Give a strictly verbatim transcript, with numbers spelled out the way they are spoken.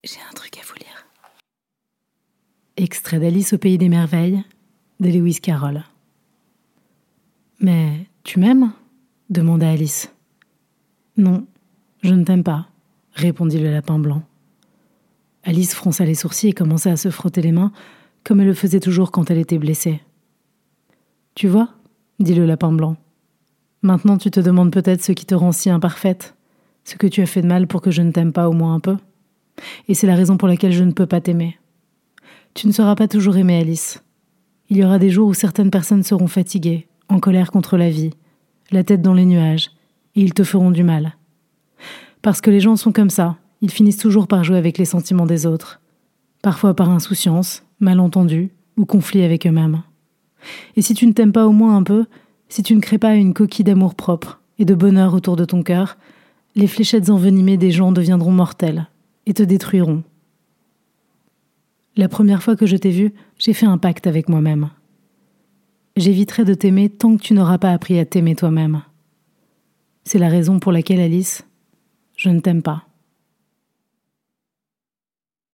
J'ai un truc à vous lire. Extrait d'Alice au pays des merveilles, de Lewis Carroll. « Mais tu m'aimes ?» demanda Alice. « Non, je ne t'aime pas, » répondit le lapin blanc. Alice fronça les sourcils et commença à se frotter les mains, comme elle le faisait toujours quand elle était blessée. « Tu vois ?» dit le lapin blanc. « Maintenant tu te demandes peut-être ce qui te rend si imparfaite, ce que tu as fait de mal pour que je ne t'aime pas au moins un peu. Et c'est la raison pour laquelle je ne peux pas t'aimer. Tu ne seras pas toujours aimée, Alice. Il y aura des jours où certaines personnes seront fatiguées, en colère contre la vie, la tête dans les nuages, et ils te feront du mal. Parce que les gens sont comme ça, ils finissent toujours par jouer avec les sentiments des autres, parfois par insouciance, malentendu ou conflit avec eux-mêmes. Et si tu ne t'aimes pas au moins un peu, si tu ne crées pas une coquille d'amour propre et de bonheur autour de ton cœur, les fléchettes envenimées des gens deviendront mortelles et te détruiront. La première fois que je t'ai vu, j'ai fait un pacte avec moi-même. J'éviterai de t'aimer tant que tu n'auras pas appris à t'aimer toi-même. C'est la raison pour laquelle, Alice, je ne t'aime pas.